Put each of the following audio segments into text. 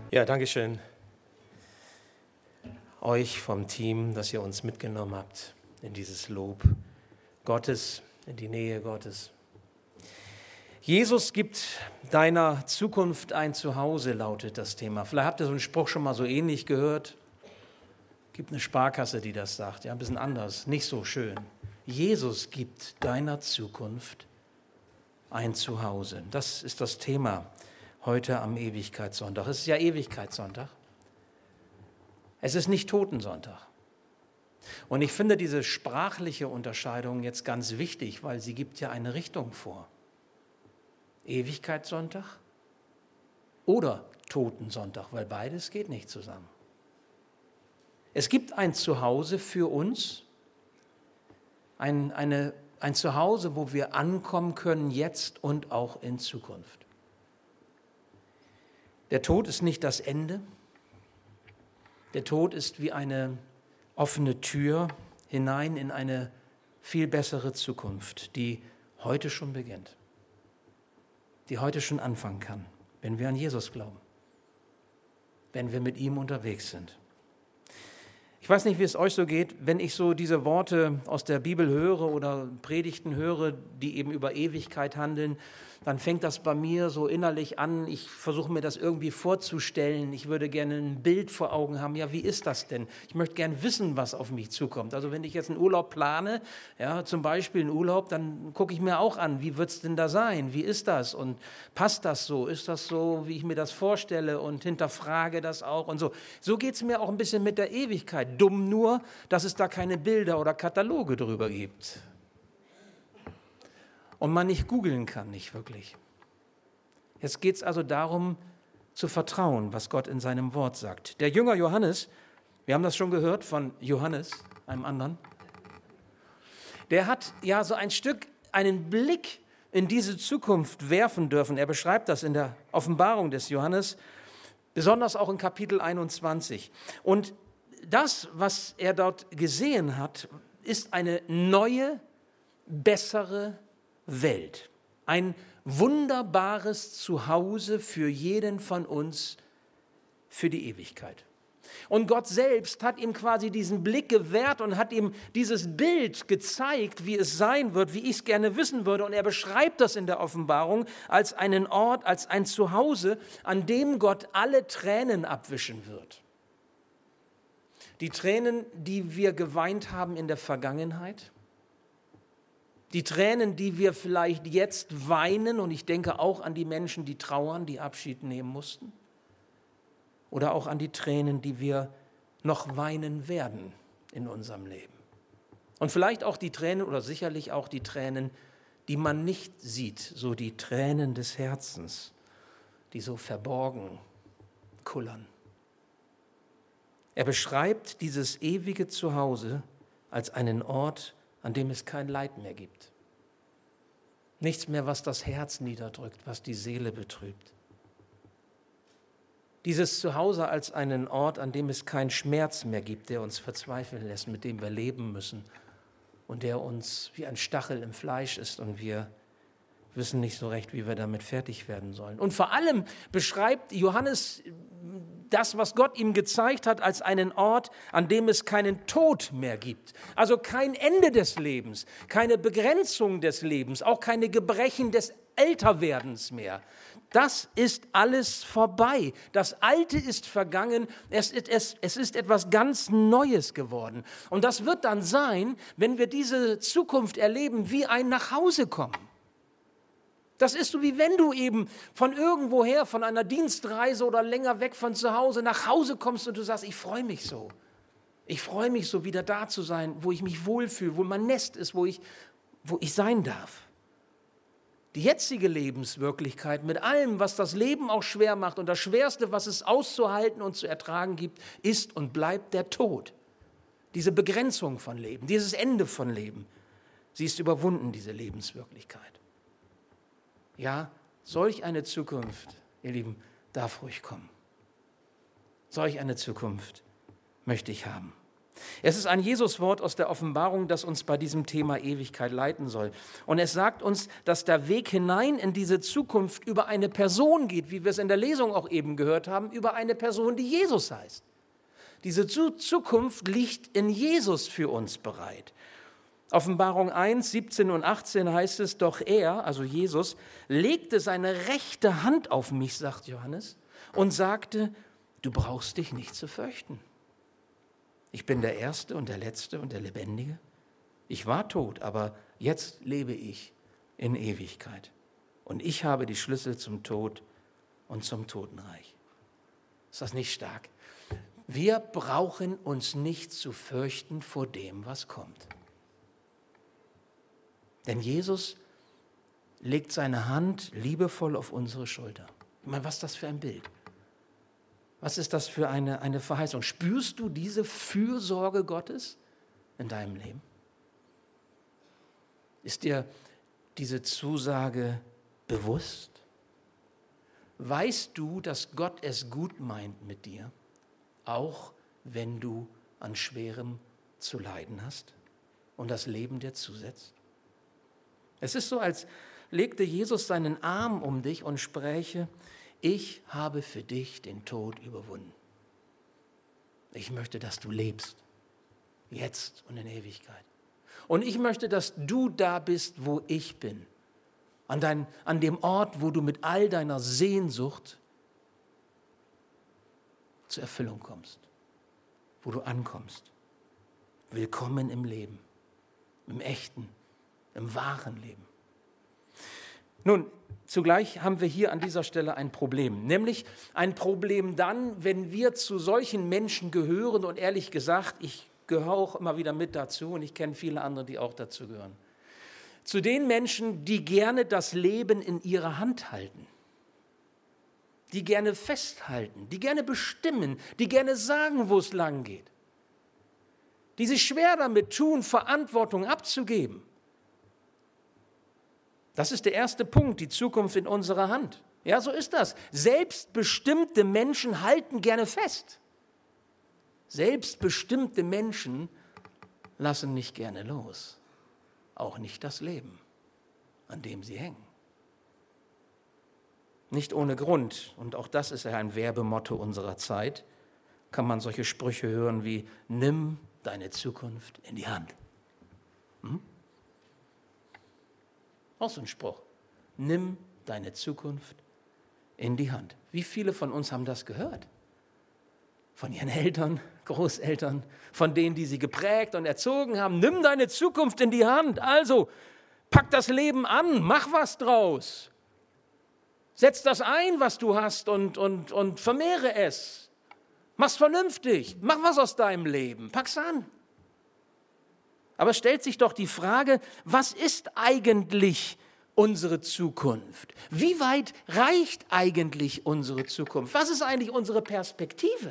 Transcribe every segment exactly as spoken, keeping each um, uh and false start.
Ja, danke schön euch vom Team, dass ihr uns mitgenommen habt in dieses Lob Gottes, in die Nähe Gottes. Jesus gibt deiner Zukunft ein Zuhause, lautet das Thema. Vielleicht habt ihr so einen Spruch schon mal so ähnlich gehört. Gibt eine Sparkasse, die das sagt. Ja, ein bisschen anders, nicht so schön. Jesus gibt deiner Zukunft ein Zuhause. Das ist das Thema heute am Ewigkeitssonntag. Es ist ja Ewigkeitssonntag. Es ist nicht Totensonntag. Und ich finde diese sprachliche Unterscheidung jetzt ganz wichtig, weil sie gibt ja eine Richtung vor. Ewigkeitssonntag oder Totensonntag, weil beides geht nicht zusammen. Es gibt ein Zuhause für uns, ein, eine, ein Zuhause, wo wir ankommen können, jetzt und auch in Zukunft. Der Tod ist nicht das Ende. Der Tod ist wie eine offene Tür hinein in eine viel bessere Zukunft, die heute schon beginnt, die heute schon anfangen kann, wenn wir an Jesus glauben, wenn wir mit ihm unterwegs sind. Ich weiß nicht, wie es euch so geht, wenn ich so diese Worte aus der Bibel höre oder Predigten höre, die eben über Ewigkeit handeln, dann fängt das bei mir so innerlich an. Ich versuche mir das irgendwie vorzustellen. Ich würde gerne ein Bild vor Augen haben. Ja, wie ist das denn? Ich möchte gerne wissen, was auf mich zukommt. Also wenn ich jetzt einen Urlaub plane, ja, zum Beispiel einen Urlaub, dann gucke ich mir auch an, wie wird es denn da sein? Wie ist das? Und passt das so? Ist das so, wie ich mir das vorstelle? Und hinterfrage das auch und so. So geht es mir auch ein bisschen mit der Ewigkeit. Dumm nur, dass es da keine Bilder oder Kataloge drüber gibt. Und man nicht googeln kann, nicht wirklich. Jetzt geht es also darum, zu vertrauen, was Gott in seinem Wort sagt. Der Jünger Johannes, wir haben das schon gehört von Johannes, einem anderen, der hat ja so ein Stück einen Blick in diese Zukunft werfen dürfen. Er beschreibt das in der Offenbarung des Johannes, besonders auch in Kapitel einundzwanzig. Und das, was er dort gesehen hat, ist eine neue, bessere Welt. Ein wunderbares Zuhause für jeden von uns für die Ewigkeit. Und Gott selbst hat ihm quasi diesen Blick gewährt und hat ihm dieses Bild gezeigt, wie es sein wird, wie ich es gerne wissen würde. Und er beschreibt das in der Offenbarung als einen Ort, als ein Zuhause, an dem Gott alle Tränen abwischen wird. Die Tränen, die wir geweint haben in der Vergangenheit, die Tränen, die wir vielleicht jetzt weinen, und ich denke auch an die Menschen, die trauern, die Abschied nehmen mussten, oder auch an die Tränen, die wir noch weinen werden in unserem Leben. Und vielleicht auch die Tränen oder sicherlich auch die Tränen, die man nicht sieht, so die Tränen des Herzens, die so verborgen kullern. Er beschreibt dieses ewige Zuhause als einen Ort, an dem es kein Leid mehr gibt. Nichts mehr, was das Herz niederdrückt, was die Seele betrübt. Dieses Zuhause als einen Ort, an dem es keinen Schmerz mehr gibt, der uns verzweifeln lässt, mit dem wir leben müssen und der uns wie ein Stachel im Fleisch ist und wir wissen nicht so recht, wie wir damit fertig werden sollen. Und vor allem beschreibt Johannes das, was Gott ihm gezeigt hat, als einen Ort, an dem es keinen Tod mehr gibt. Also kein Ende des Lebens, keine Begrenzung des Lebens, auch keine Gebrechen des Älterwerdens mehr. Das ist alles vorbei. Das Alte ist vergangen. Es ist, es, es ist etwas ganz Neues geworden. Und das wird dann sein, wenn wir diese Zukunft erleben, wie ein Nachhausekommen. Das ist so, wie wenn du eben von irgendwoher, von einer Dienstreise oder länger weg von zu Hause nach Hause kommst und du sagst, ich freue mich so. Ich freue mich so, wieder da zu sein, wo ich mich wohlfühle, wo mein Nest ist, wo ich, wo ich sein darf. Die jetzige Lebenswirklichkeit mit allem, was das Leben auch schwer macht und das Schwerste, was es auszuhalten und zu ertragen gibt, ist und bleibt der Tod. Diese Begrenzung von Leben, dieses Ende von Leben, sie ist überwunden, diese Lebenswirklichkeit. Ja, solch eine Zukunft, ihr Lieben, darf ruhig kommen. Solch eine Zukunft möchte ich haben. Es ist ein Jesuswort aus der Offenbarung, das uns bei diesem Thema Ewigkeit leiten soll. Und es sagt uns, dass der Weg hinein in diese Zukunft über eine Person geht, wie wir es in der Lesung auch eben gehört haben, über eine Person, die Jesus heißt. Diese Zukunft liegt in Jesus für uns bereit. Offenbarung eins, siebzehn und achtzehn heißt es, doch er, also Jesus, legte seine rechte Hand auf mich, sagt Johannes, und sagte, du brauchst dich nicht zu fürchten. Ich bin der Erste und der Letzte und der Lebendige. Ich war tot, aber jetzt lebe ich in Ewigkeit. Und ich habe die Schlüssel zum Tod und zum Totenreich. Ist das nicht stark? Wir brauchen uns nicht zu fürchten vor dem, was kommt. Denn Jesus legt seine Hand liebevoll auf unsere Schulter. Ich meine, was ist das für ein Bild? Was ist das für eine, eine Verheißung? Spürst du diese Fürsorge Gottes in deinem Leben? Ist dir diese Zusage bewusst? Weißt du, dass Gott es gut meint mit dir, auch wenn du an Schwerem zu leiden hast und das Leben dir zusetzt? Es ist so, als legte Jesus seinen Arm um dich und spräche, ich habe für dich den Tod überwunden. Ich möchte, dass du lebst, jetzt und in Ewigkeit. Und ich möchte, dass du da bist, wo ich bin, an, dein, an dem Ort, wo du mit all deiner Sehnsucht zur Erfüllung kommst, wo du ankommst. Willkommen im Leben, im echten, im wahren Leben. Nun, zugleich haben wir hier an dieser Stelle ein Problem, nämlich ein Problem dann, wenn wir zu solchen Menschen gehören und ehrlich gesagt, ich gehöre auch immer wieder mit dazu und ich kenne viele andere, die auch dazu gehören, zu den Menschen, die gerne das Leben in ihrer Hand halten, die gerne festhalten, die gerne bestimmen, die gerne sagen, wo es lang geht, die sich schwer damit tun, Verantwortung abzugeben. Das ist der erste Punkt, die Zukunft in unserer Hand. Ja, so ist das. Selbstbestimmte Menschen halten gerne fest. Selbstbestimmte Menschen lassen nicht gerne los. Auch nicht das Leben, an dem sie hängen. Nicht ohne Grund, und auch das ist ja ein Werbemotto unserer Zeit, kann man solche Sprüche hören wie, nimm deine Zukunft in die Hand. Hm? Auch so ein Spruch. Nimm deine Zukunft in die Hand. Wie viele von uns haben das gehört? Von ihren Eltern, Großeltern, von denen, die sie geprägt und erzogen haben. Nimm deine Zukunft in die Hand. Also, pack das Leben an, mach was draus. Setz das ein, was du hast und, und, und vermehre es. Mach's vernünftig, mach was aus deinem Leben, pack's an. Aber es stellt sich doch die Frage, was ist eigentlich unsere Zukunft? Wie weit reicht eigentlich unsere Zukunft? Was ist eigentlich unsere Perspektive?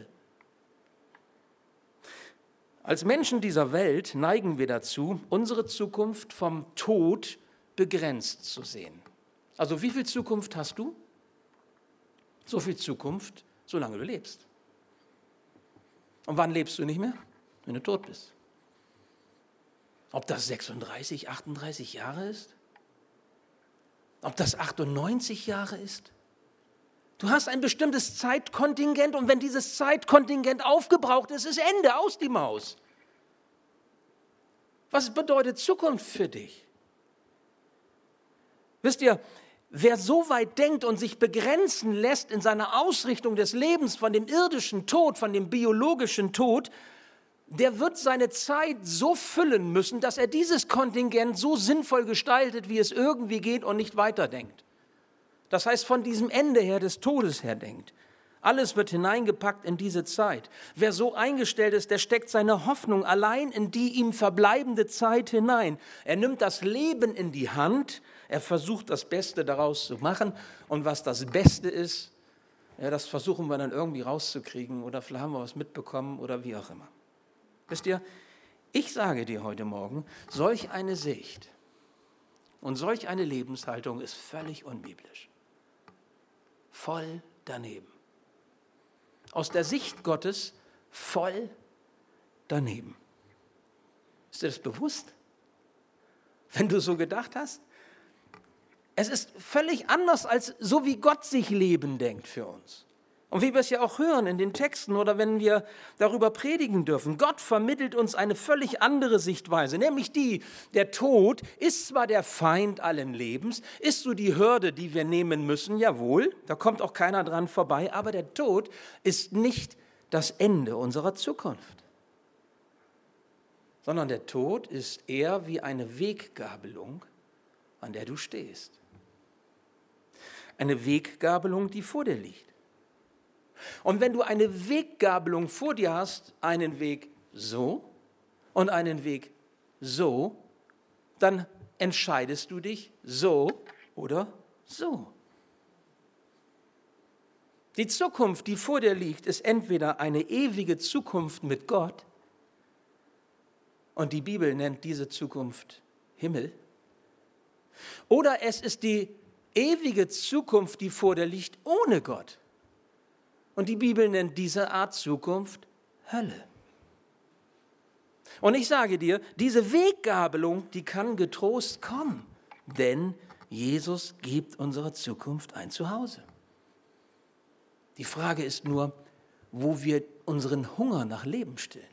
Als Menschen dieser Welt neigen wir dazu, unsere Zukunft vom Tod begrenzt zu sehen. Also wie viel Zukunft hast du? So viel Zukunft, solange du lebst. Und wann lebst du nicht mehr? Wenn du tot bist. Ob das sechsunddreißig, achtunddreißig Jahre ist? Ob das achtundneunzig Jahre ist? Du hast ein bestimmtes Zeitkontingent und wenn dieses Zeitkontingent aufgebraucht ist, ist Ende, aus die Maus. Was bedeutet Zukunft für dich? Wisst ihr, wer so weit denkt und sich begrenzen lässt in seiner Ausrichtung des Lebens von dem irdischen Tod, von dem biologischen Tod, der wird seine Zeit so füllen müssen, dass er dieses Kontingent so sinnvoll gestaltet, wie es irgendwie geht und nicht weiterdenkt. Das heißt, von diesem Ende her des Todes her denkt. Alles wird hineingepackt in diese Zeit. Wer so eingestellt ist, der steckt seine Hoffnung allein in die ihm verbleibende Zeit hinein. Er nimmt das Leben in die Hand, er versucht das Beste daraus zu machen und was das Beste ist, ja, das versuchen wir dann irgendwie rauszukriegen oder vielleicht haben wir was mitbekommen oder wie auch immer. Wisst ihr, ich sage dir heute Morgen, solch eine Sicht und solch eine Lebenshaltung ist völlig unbiblisch. Voll daneben. Aus der Sicht Gottes voll daneben. Ist dir das bewusst? Wenn du so gedacht hast? Es ist völlig anders als so, wie Gott sich Leben denkt für uns. Und wie wir es ja auch hören in den Texten oder wenn wir darüber predigen dürfen. Gott vermittelt uns eine völlig andere Sichtweise, nämlich die, der Tod ist zwar der Feind allen Lebens, ist so die Hürde, die wir nehmen müssen, jawohl, da kommt auch keiner dran vorbei, aber der Tod ist nicht das Ende unserer Zukunft, sondern der Tod ist eher wie eine Weggabelung, an der du stehst. Eine Weggabelung, die vor dir liegt. Und wenn du eine Weggabelung vor dir hast, einen Weg so und einen Weg so, dann entscheidest du dich so oder so. Die Zukunft, die vor dir liegt, ist entweder eine ewige Zukunft mit Gott, und die Bibel nennt diese Zukunft Himmel, oder es ist die ewige Zukunft, die vor dir liegt, ohne Gott. Und die Bibel nennt diese Art Zukunft Hölle. Und ich sage dir, diese Weggabelung, die kann getrost kommen, denn Jesus gibt unserer Zukunft ein Zuhause. Die Frage ist nur, wo wir unseren Hunger nach Leben stillen.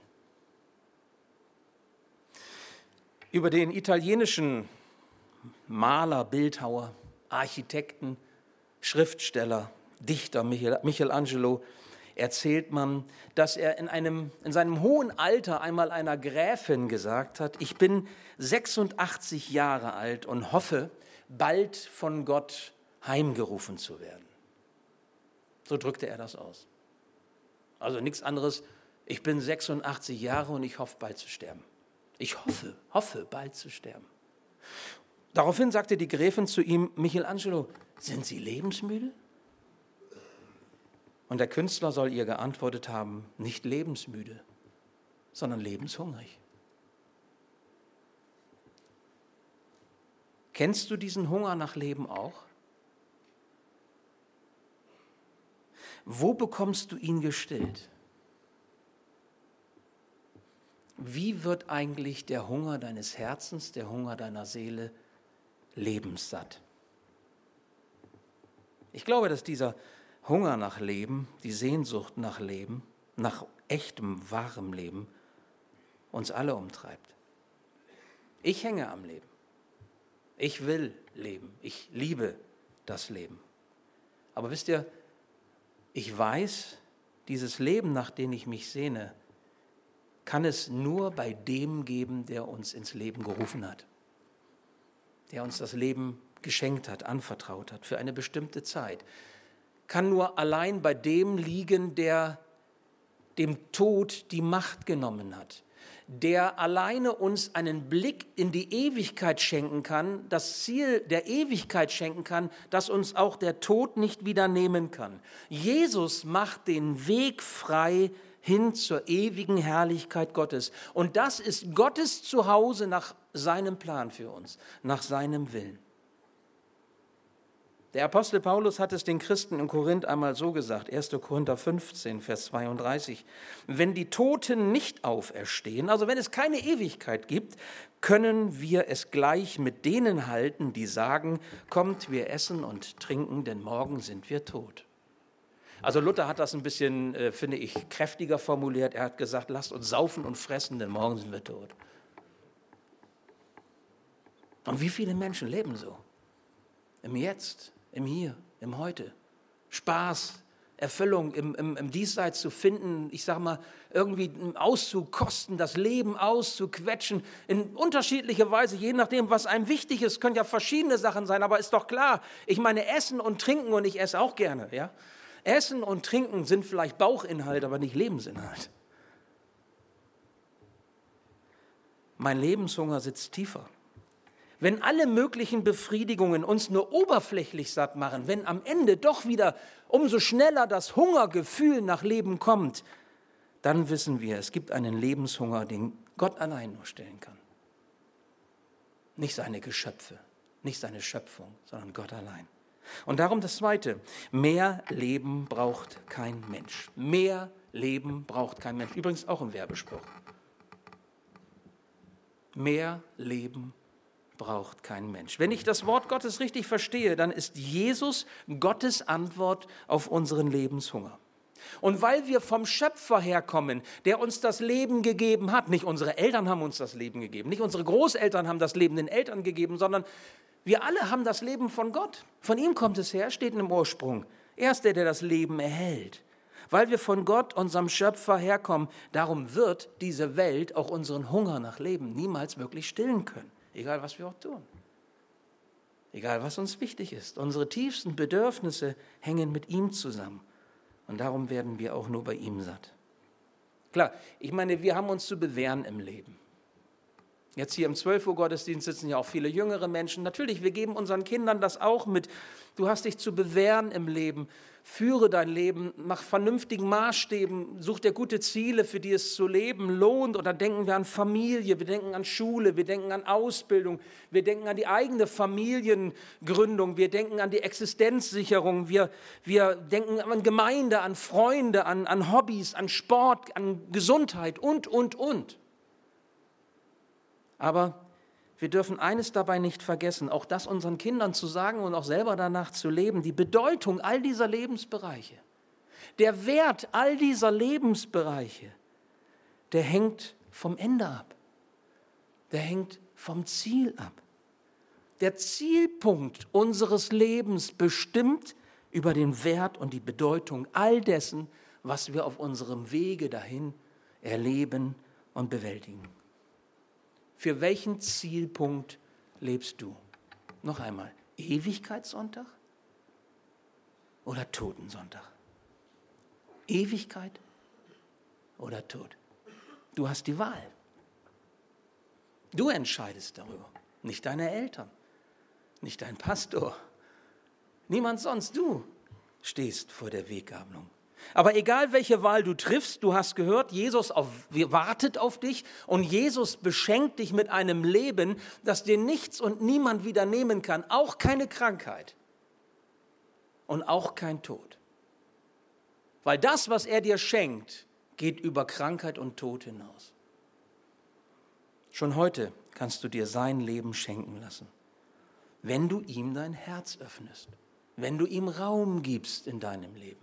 Über den italienischen Maler, Bildhauer, Architekten, Schriftsteller, Dichter Michelangelo erzählt man, dass er in, einem, in seinem hohen Alter einmal einer Gräfin gesagt hat, ich bin sechsundachtzig Jahre alt und hoffe, bald von Gott heimgerufen zu werden. So drückte er das aus. Also nichts anderes, ich bin sechsundachtzig Jahre und ich hoffe, bald zu sterben. Ich hoffe, hoffe, bald zu sterben. Daraufhin sagte die Gräfin zu ihm, Michelangelo, sind Sie lebensmüde? Und der Künstler soll ihr geantwortet haben, nicht lebensmüde, sondern lebenshungrig. Kennst du diesen Hunger nach Leben auch? Wo bekommst du ihn gestillt? Wie wird eigentlich der Hunger deines Herzens, der Hunger deiner Seele lebenssatt? Ich glaube, dass dieser Hunger nach Leben, die Sehnsucht nach Leben, nach echtem, wahrem Leben, uns alle umtreibt. Ich hänge am Leben. Ich will leben. Ich liebe das Leben. Aber wisst ihr, ich weiß, dieses Leben, nach dem ich mich sehne, kann es nur bei dem geben, der uns ins Leben gerufen hat, der uns das Leben geschenkt hat, anvertraut hat für eine bestimmte Zeit. Kann nur allein bei dem liegen, der dem Tod die Macht genommen hat, der alleine uns einen Blick in die Ewigkeit schenken kann, das Ziel der Ewigkeit schenken kann, das uns auch der Tod nicht wieder nehmen kann. Jesus macht den Weg frei hin zur ewigen Herrlichkeit Gottes. Und das ist Gottes Zuhause nach seinem Plan für uns, nach seinem Willen. Der Apostel Paulus hat es den Christen in Korinth einmal so gesagt, erster Korinther fünfzehn, Vers zweiunddreißig. Wenn die Toten nicht auferstehen, also wenn es keine Ewigkeit gibt, können wir es gleich mit denen halten, die sagen, kommt, wir essen und trinken, denn morgen sind wir tot. Also Luther hat das ein bisschen, äh, finde ich, kräftiger formuliert. Er hat gesagt, lasst uns saufen und fressen, denn morgen sind wir tot. Und wie viele Menschen leben so? Im Jetzt, im Hier, im Heute. Spaß, Erfüllung im, im, im Diesseits zu finden, ich sage mal, irgendwie auszukosten, das Leben auszuquetschen, in unterschiedlicher Weise, je nachdem, was einem wichtig ist, können ja verschiedene Sachen sein, aber ist doch klar, ich meine Essen und Trinken, und ich esse auch gerne, ja. Essen und Trinken sind vielleicht Bauchinhalt, aber nicht Lebensinhalt. Mein Lebenshunger sitzt tiefer. Wenn alle möglichen Befriedigungen uns nur oberflächlich satt machen, wenn am Ende doch wieder umso schneller das Hungergefühl nach Leben kommt, dann wissen wir, es gibt einen Lebenshunger, den Gott allein nur stillen kann. Nicht seine Geschöpfe, nicht seine Schöpfung, sondern Gott allein. Und darum das Zweite, mehr Leben braucht kein Mensch. Mehr Leben braucht kein Mensch. Übrigens auch ein Werbespruch. Mehr Leben braucht kein Mensch. Wenn ich das Wort Gottes richtig verstehe, dann ist Jesus Gottes Antwort auf unseren Lebenshunger. Und weil wir vom Schöpfer herkommen, der uns das Leben gegeben hat, nicht unsere Eltern haben uns das Leben gegeben, nicht unsere Großeltern haben das Leben den Eltern gegeben, sondern wir alle haben das Leben von Gott. Von ihm kommt es her, steht im Ursprung. Er ist der, der das Leben erhält. Weil wir von Gott, unserem Schöpfer, herkommen, darum wird diese Welt auch unseren Hunger nach Leben niemals wirklich stillen können. Egal, was wir auch tun. Egal, was uns wichtig ist. Unsere tiefsten Bedürfnisse hängen mit ihm zusammen. Und darum werden wir auch nur bei ihm satt. Klar, ich meine, wir haben uns zu bewähren im Leben. Jetzt hier im zwölf Uhr Gottesdienst sitzen ja auch viele jüngere Menschen. Natürlich, wir geben unseren Kindern das auch mit. Du hast dich zu bewähren im Leben. Führe dein Leben nach vernünftigen Maßstäben. Such dir gute Ziele, für die es zu leben lohnt. Und dann denken wir an Familie, wir denken an Schule, wir denken an Ausbildung, wir denken an die eigene Familiengründung, wir denken an die Existenzsicherung, wir, wir denken an Gemeinde, an Freunde, an, an Hobbys, an Sport, an Gesundheit und, und, und. Aber wir dürfen eines dabei nicht vergessen, auch das unseren Kindern zu sagen und auch selber danach zu leben, die Bedeutung all dieser Lebensbereiche, der Wert all dieser Lebensbereiche, der hängt vom Ende ab, der hängt vom Ziel ab. Der Zielpunkt unseres Lebens bestimmt über den Wert und die Bedeutung all dessen, was wir auf unserem Wege dahin erleben und bewältigen. Für welchen Zielpunkt lebst du? Noch einmal, Ewigkeitssonntag oder Totensonntag? Ewigkeit oder Tod? Du hast die Wahl. Du entscheidest darüber, nicht deine Eltern, nicht dein Pastor, niemand sonst. Du stehst vor der Weggabelung. Aber egal, welche Wahl du triffst, du hast gehört, Jesus auf, wartet auf dich und Jesus beschenkt dich mit einem Leben, das dir nichts und niemand wieder nehmen kann, auch keine Krankheit und auch kein Tod. Weil das, was er dir schenkt, geht über Krankheit und Tod hinaus. Schon heute kannst du dir sein Leben schenken lassen, wenn du ihm dein Herz öffnest, wenn du ihm Raum gibst in deinem Leben.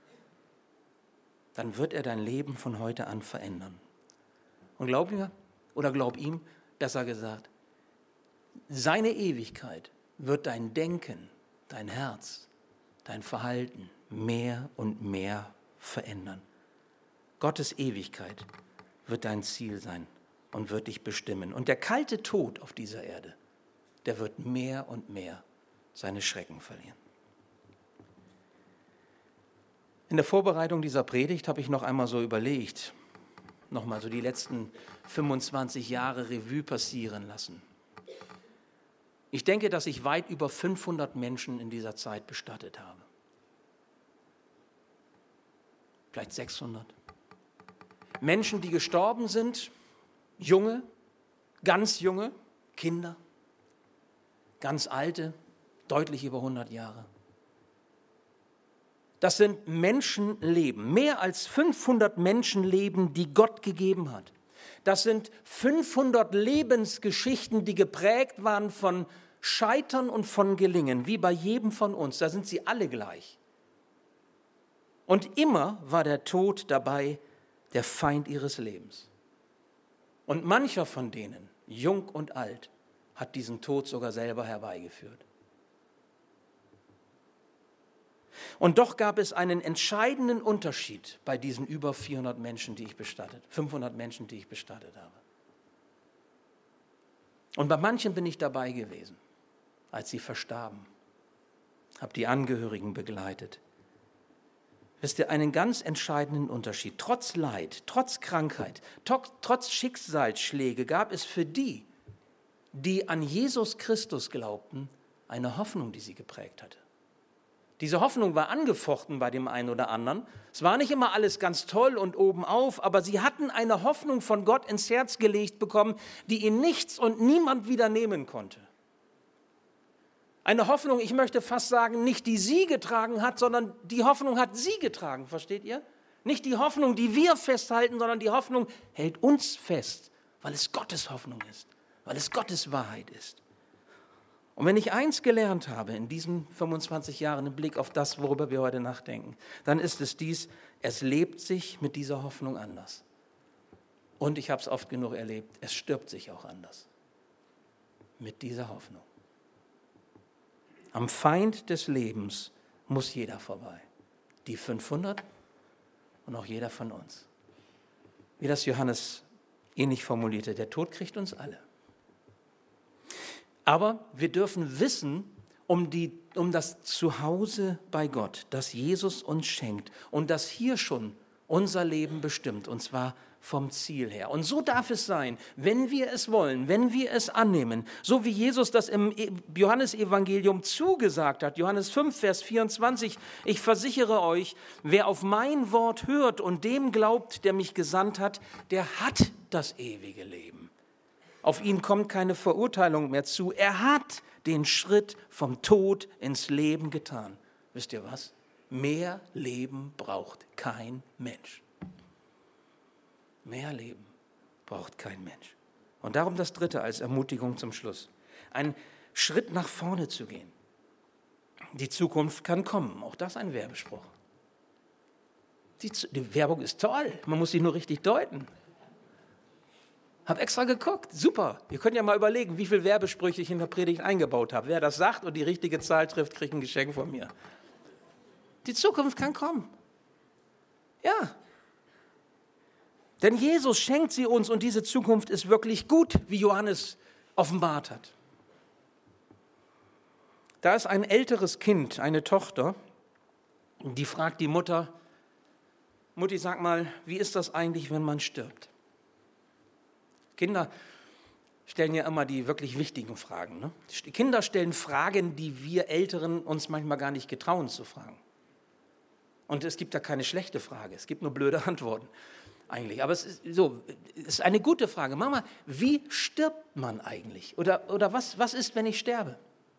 Dann wird er dein Leben von heute an verändern. Und glaub mir, oder glaub ihm, besser gesagt, seine Ewigkeit wird dein Denken, dein Herz, dein Verhalten mehr und mehr verändern. Gottes Ewigkeit wird dein Ziel sein und wird dich bestimmen. Und der kalte Tod auf dieser Erde, der wird mehr und mehr seine Schrecken verlieren. In der Vorbereitung dieser Predigt habe ich noch einmal so überlegt, noch mal so die letzten fünfundzwanzig Jahre Revue passieren lassen. Ich denke, dass ich weit über fünfhundert Menschen in dieser Zeit bestattet habe. Vielleicht sechshundert. Menschen, die gestorben sind, junge, ganz junge, Kinder, ganz alte, deutlich über hundert Jahre. Das sind Menschenleben, mehr als fünfhundert Menschenleben, die Gott gegeben hat. Das sind fünfhundert Lebensgeschichten, die geprägt waren von Scheitern und von Gelingen, wie bei jedem von uns. Da sind sie alle gleich. Und immer war der Tod dabei, der Feind ihres Lebens. Und mancher von denen, jung und alt, hat diesen Tod sogar selber herbeigeführt. Und doch gab es einen entscheidenden Unterschied bei diesen über vierhundert Menschen, die ich bestattet, fünfhundert Menschen, die ich bestattet habe. Und bei manchen bin ich dabei gewesen, als sie verstarben, habe die Angehörigen begleitet. Wisst ihr, einen ganz entscheidenden Unterschied. Trotz Leid, trotz Krankheit, trotz Schicksalsschläge gab es für die, die an Jesus Christus glaubten, eine Hoffnung, die sie geprägt hatte. Diese Hoffnung war angefochten bei dem einen oder anderen. Es war nicht immer alles ganz toll und obenauf, aber sie hatten eine Hoffnung von Gott ins Herz gelegt bekommen, die ihnen nichts und niemand wieder nehmen konnte. Eine Hoffnung, ich möchte fast sagen, nicht die sie getragen hat, sondern die Hoffnung hat sie getragen, versteht ihr? Nicht die Hoffnung, die wir festhalten, sondern die Hoffnung hält uns fest, weil es Gottes Hoffnung ist. weil es Gottes Wahrheit ist. Und wenn ich eins gelernt habe in diesen fünfundzwanzig Jahren im Blick auf das, worüber wir heute nachdenken, dann ist es dies: Es lebt sich mit dieser Hoffnung anders. Und ich habe es oft genug erlebt, es stirbt sich auch anders. Mit dieser Hoffnung. Am Feind des Lebens muss jeder vorbei. Die fünfhundert und auch jeder von uns. Wie das Johannes ähnlich formulierte: Der Tod kriegt uns alle. Aber wir dürfen wissen um, die, um das Zuhause bei Gott, das Jesus uns schenkt und das hier schon unser Leben bestimmt, und zwar vom Ziel her. Und so darf es sein, wenn wir es wollen, wenn wir es annehmen, so wie Jesus das im Johannesevangelium zugesagt hat, Johannes fünf, Vers vierundzwanzig, ich versichere euch, wer auf mein Wort hört und dem glaubt, der mich gesandt hat, der hat das ewige Leben. Auf ihn kommt keine Verurteilung mehr zu. Er hat den Schritt vom Tod ins Leben getan. Wisst ihr was? Mehr Leben braucht kein Mensch. Mehr Leben braucht kein Mensch. Und darum das Dritte als Ermutigung zum Schluss. Einen Schritt nach vorne zu gehen. Die Zukunft kann kommen. Auch das ein Werbespruch. Die, die Werbung ist toll. Man muss sie nur richtig deuten. Hab extra geguckt. Super. Ihr könnt ja mal überlegen, wie viele Werbesprüche ich in der Predigt eingebaut habe. Wer das sagt und die richtige Zahl trifft, kriegt ein Geschenk von mir. Die Zukunft kann kommen. Ja. Denn Jesus schenkt sie uns und diese Zukunft ist wirklich gut, wie Johannes offenbart hat. Da ist ein älteres Kind, eine Tochter, die fragt die Mutter: Mutti, sag mal, wie ist das eigentlich, wenn man stirbt? Kinder stellen ja immer die wirklich wichtigen Fragen. Ne? Die Kinder stellen Fragen, die wir Älteren uns manchmal gar nicht getrauen zu fragen. Und es gibt da keine schlechte Frage, es gibt nur blöde Antworten eigentlich. Aber es ist, so, es ist eine gute Frage. Mama, wie stirbt man eigentlich? Oder, oder was, was ist, wenn ich sterbe?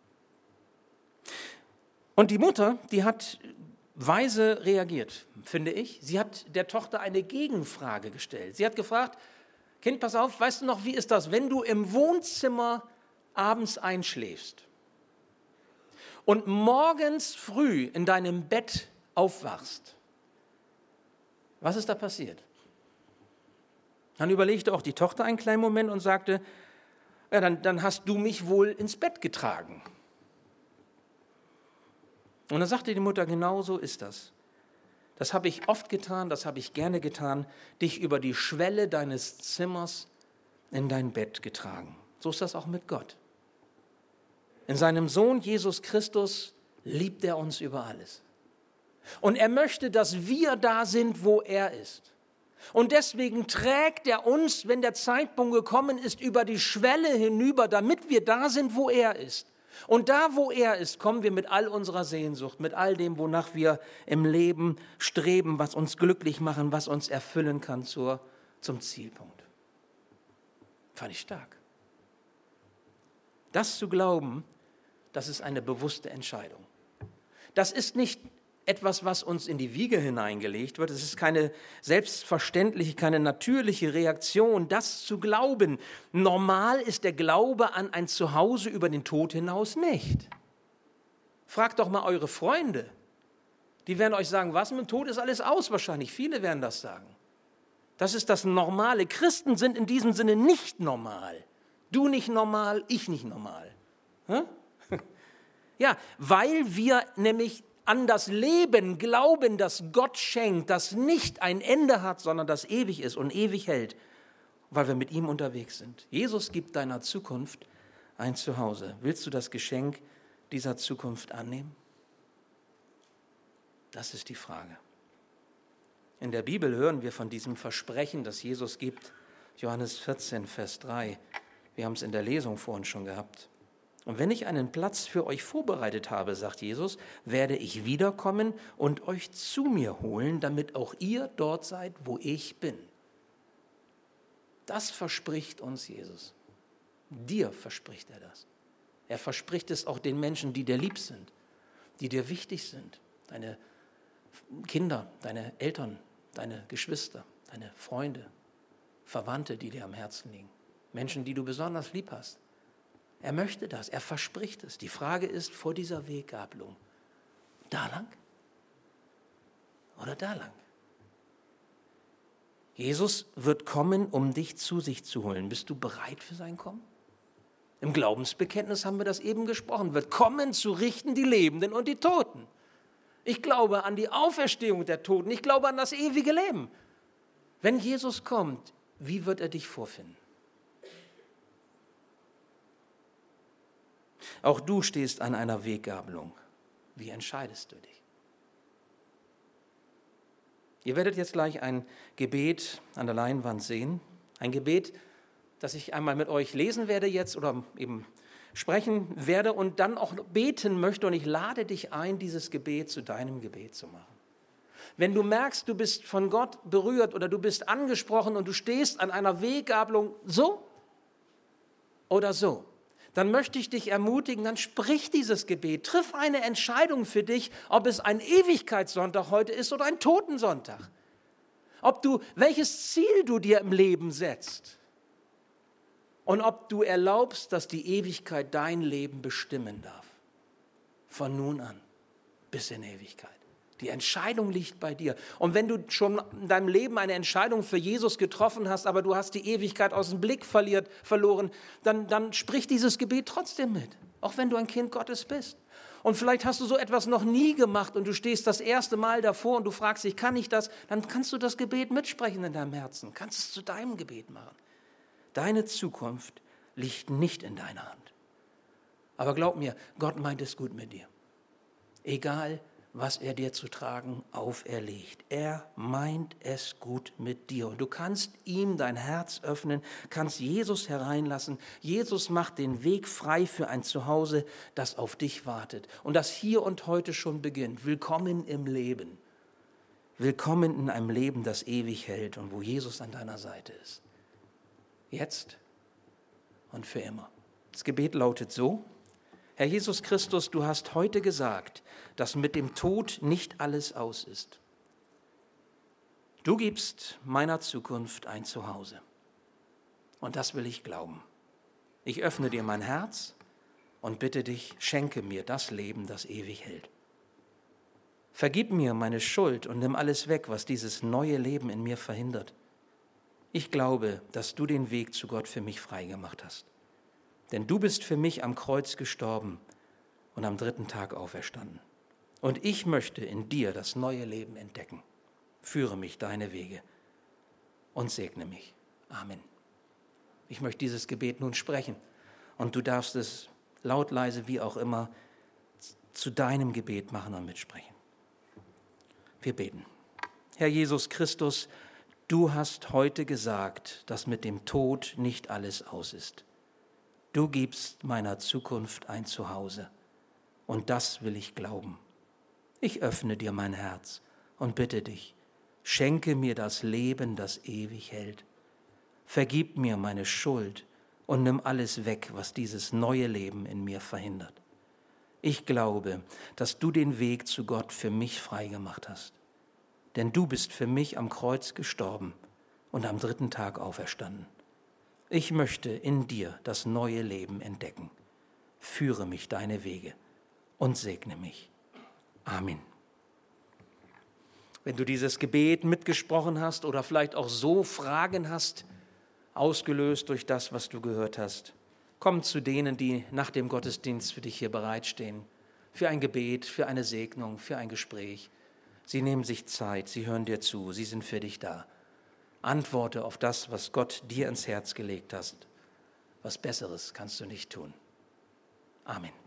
Und die Mutter, die hat weise reagiert, finde ich. Sie hat der Tochter eine Gegenfrage gestellt. Sie hat gefragt: Kind, pass auf, weißt du noch, wie ist das, wenn du im Wohnzimmer abends einschläfst und morgens früh in deinem Bett aufwachst? Was ist da passiert? Dann überlegte auch die Tochter einen kleinen Moment und sagte: Ja, dann, dann hast du mich wohl ins Bett getragen. Und dann sagte die Mutter: Genau so ist das. Das habe ich oft getan, das habe ich gerne getan, dich über die Schwelle deines Zimmers in dein Bett getragen. So ist das auch mit Gott. In seinem Sohn Jesus Christus liebt er uns über alles. Und er möchte, dass wir da sind, wo er ist. Und deswegen trägt er uns, wenn der Zeitpunkt gekommen ist, über die Schwelle hinüber, damit wir da sind, wo er ist. Und da, wo er ist, kommen wir mit all unserer Sehnsucht, mit all dem, wonach wir im Leben streben, was uns glücklich machen, was uns erfüllen kann, zur, zum Zielpunkt. Fand ich stark. Das zu glauben, das ist eine bewusste Entscheidung. Das ist nicht etwas, was uns in die Wiege hineingelegt wird. Es ist keine selbstverständliche, keine natürliche Reaktion, das zu glauben. Normal ist der Glaube an ein Zuhause über den Tod hinaus nicht. Fragt doch mal eure Freunde. Die werden euch sagen: Was, mit dem Tod ist alles aus wahrscheinlich. Viele werden das sagen. Das ist das Normale. Christen sind in diesem Sinne nicht normal. Du nicht normal, ich nicht normal. Hm? Ja, weil wir nämlich an das Leben glauben, das Gott schenkt, das nicht ein Ende hat, sondern das ewig ist und ewig hält, weil wir mit ihm unterwegs sind. Jesus gibt deiner Zukunft ein Zuhause. Willst du das Geschenk dieser Zukunft annehmen? Das ist die Frage. In der Bibel hören wir von diesem Versprechen, das Jesus gibt. Johannes vierzehn, Vers drei. Wir haben es in der Lesung vorhin schon gehabt. Und wenn ich einen Platz für euch vorbereitet habe, sagt Jesus, werde ich wiederkommen und euch zu mir holen, damit auch ihr dort seid, wo ich bin. Das verspricht uns Jesus. Dir verspricht er das. Er verspricht es auch den Menschen, die dir lieb sind, die dir wichtig sind. Deine Kinder, deine Eltern, deine Geschwister, deine Freunde, Verwandte, die dir am Herzen liegen. Menschen, die du besonders lieb hast. Er möchte das, er verspricht es. Die Frage ist vor dieser Weggabelung, da lang oder da lang? Jesus wird kommen, um dich zu sich zu holen. Bist du bereit für sein Kommen? Im Glaubensbekenntnis haben wir das eben gesprochen. Wird kommen, zu richten die Lebenden und die Toten. Ich glaube an die Auferstehung der Toten. Ich glaube an das ewige Leben. Wenn Jesus kommt, wie wird er dich vorfinden? Auch du stehst an einer Weggabelung. Wie entscheidest du dich? Ihr werdet jetzt gleich ein Gebet an der Leinwand sehen. Ein Gebet, das ich einmal mit euch lesen werde jetzt oder eben sprechen werde und dann auch beten möchte. Und ich lade dich ein, dieses Gebet zu deinem Gebet zu machen. Wenn du merkst, du bist von Gott berührt oder du bist angesprochen und du stehst an einer Weggabelung so oder so, dann möchte ich dich ermutigen, dann sprich dieses Gebet, triff eine Entscheidung für dich, ob es ein Ewigkeitssonntag heute ist oder ein Totensonntag. Ob du, welches Ziel du dir im Leben setzt und ob du erlaubst, dass die Ewigkeit dein Leben bestimmen darf. Von nun an bis in Ewigkeit. Die Entscheidung liegt bei dir. Und wenn du schon in deinem Leben eine Entscheidung für Jesus getroffen hast, aber du hast die Ewigkeit aus dem Blick verliert, verloren, dann, dann sprich dieses Gebet trotzdem mit, auch wenn du ein Kind Gottes bist. Und vielleicht hast du so etwas noch nie gemacht und du stehst das erste Mal davor und du fragst dich, kann ich das? Dann kannst du das Gebet mitsprechen in deinem Herzen, kannst es zu deinem Gebet machen. Deine Zukunft liegt nicht in deiner Hand. Aber glaub mir, Gott meint es gut mit dir. Egal, was er dir zu tragen auferlegt. Er meint es gut mit dir. Und du kannst ihm dein Herz öffnen, kannst Jesus hereinlassen. Jesus macht den Weg frei für ein Zuhause, das auf dich wartet und das hier und heute schon beginnt. Willkommen im Leben. Willkommen in einem Leben, das ewig hält und wo Jesus an deiner Seite ist. Jetzt und für immer. Das Gebet lautet so: Herr Jesus Christus, du hast heute gesagt, dass mit dem Tod nicht alles aus ist. Du gibst meiner Zukunft ein Zuhause. Und das will ich glauben. Ich öffne dir mein Herz und bitte dich, schenke mir das Leben, das ewig hält. Vergib mir meine Schuld und nimm alles weg, was dieses neue Leben in mir verhindert. Ich glaube, dass du den Weg zu Gott für mich freigemacht hast. Denn du bist für mich am Kreuz gestorben und am dritten Tag auferstanden. Und ich möchte in dir das neue Leben entdecken. Führe mich deine Wege und segne mich. Amen. Ich möchte dieses Gebet nun sprechen und du darfst es laut, leise, wie auch immer, zu deinem Gebet machen und mitsprechen. Wir beten. Herr Jesus Christus, du hast heute gesagt, dass mit dem Tod nicht alles aus ist. Du gibst meiner Zukunft ein Zuhause und das will ich glauben. Ich öffne dir mein Herz und bitte dich, schenke mir das Leben, das ewig hält. Vergib mir meine Schuld und nimm alles weg, was dieses neue Leben in mir verhindert. Ich glaube, dass du den Weg zu Gott für mich freigemacht hast. Denn du bist für mich am Kreuz gestorben und am dritten Tag auferstanden. Ich möchte in dir das neue Leben entdecken. Führe mich deine Wege und segne mich. Amen. Wenn du dieses Gebet mitgesprochen hast oder vielleicht auch so Fragen hast, ausgelöst durch das, was du gehört hast, komm zu denen, die nach dem Gottesdienst für dich hier bereitstehen, für ein Gebet, für eine Segnung, für ein Gespräch. Sie nehmen sich Zeit, sie hören dir zu, sie sind für dich da. Antworte auf das, was Gott dir ins Herz gelegt hat. Was Besseres kannst du nicht tun. Amen.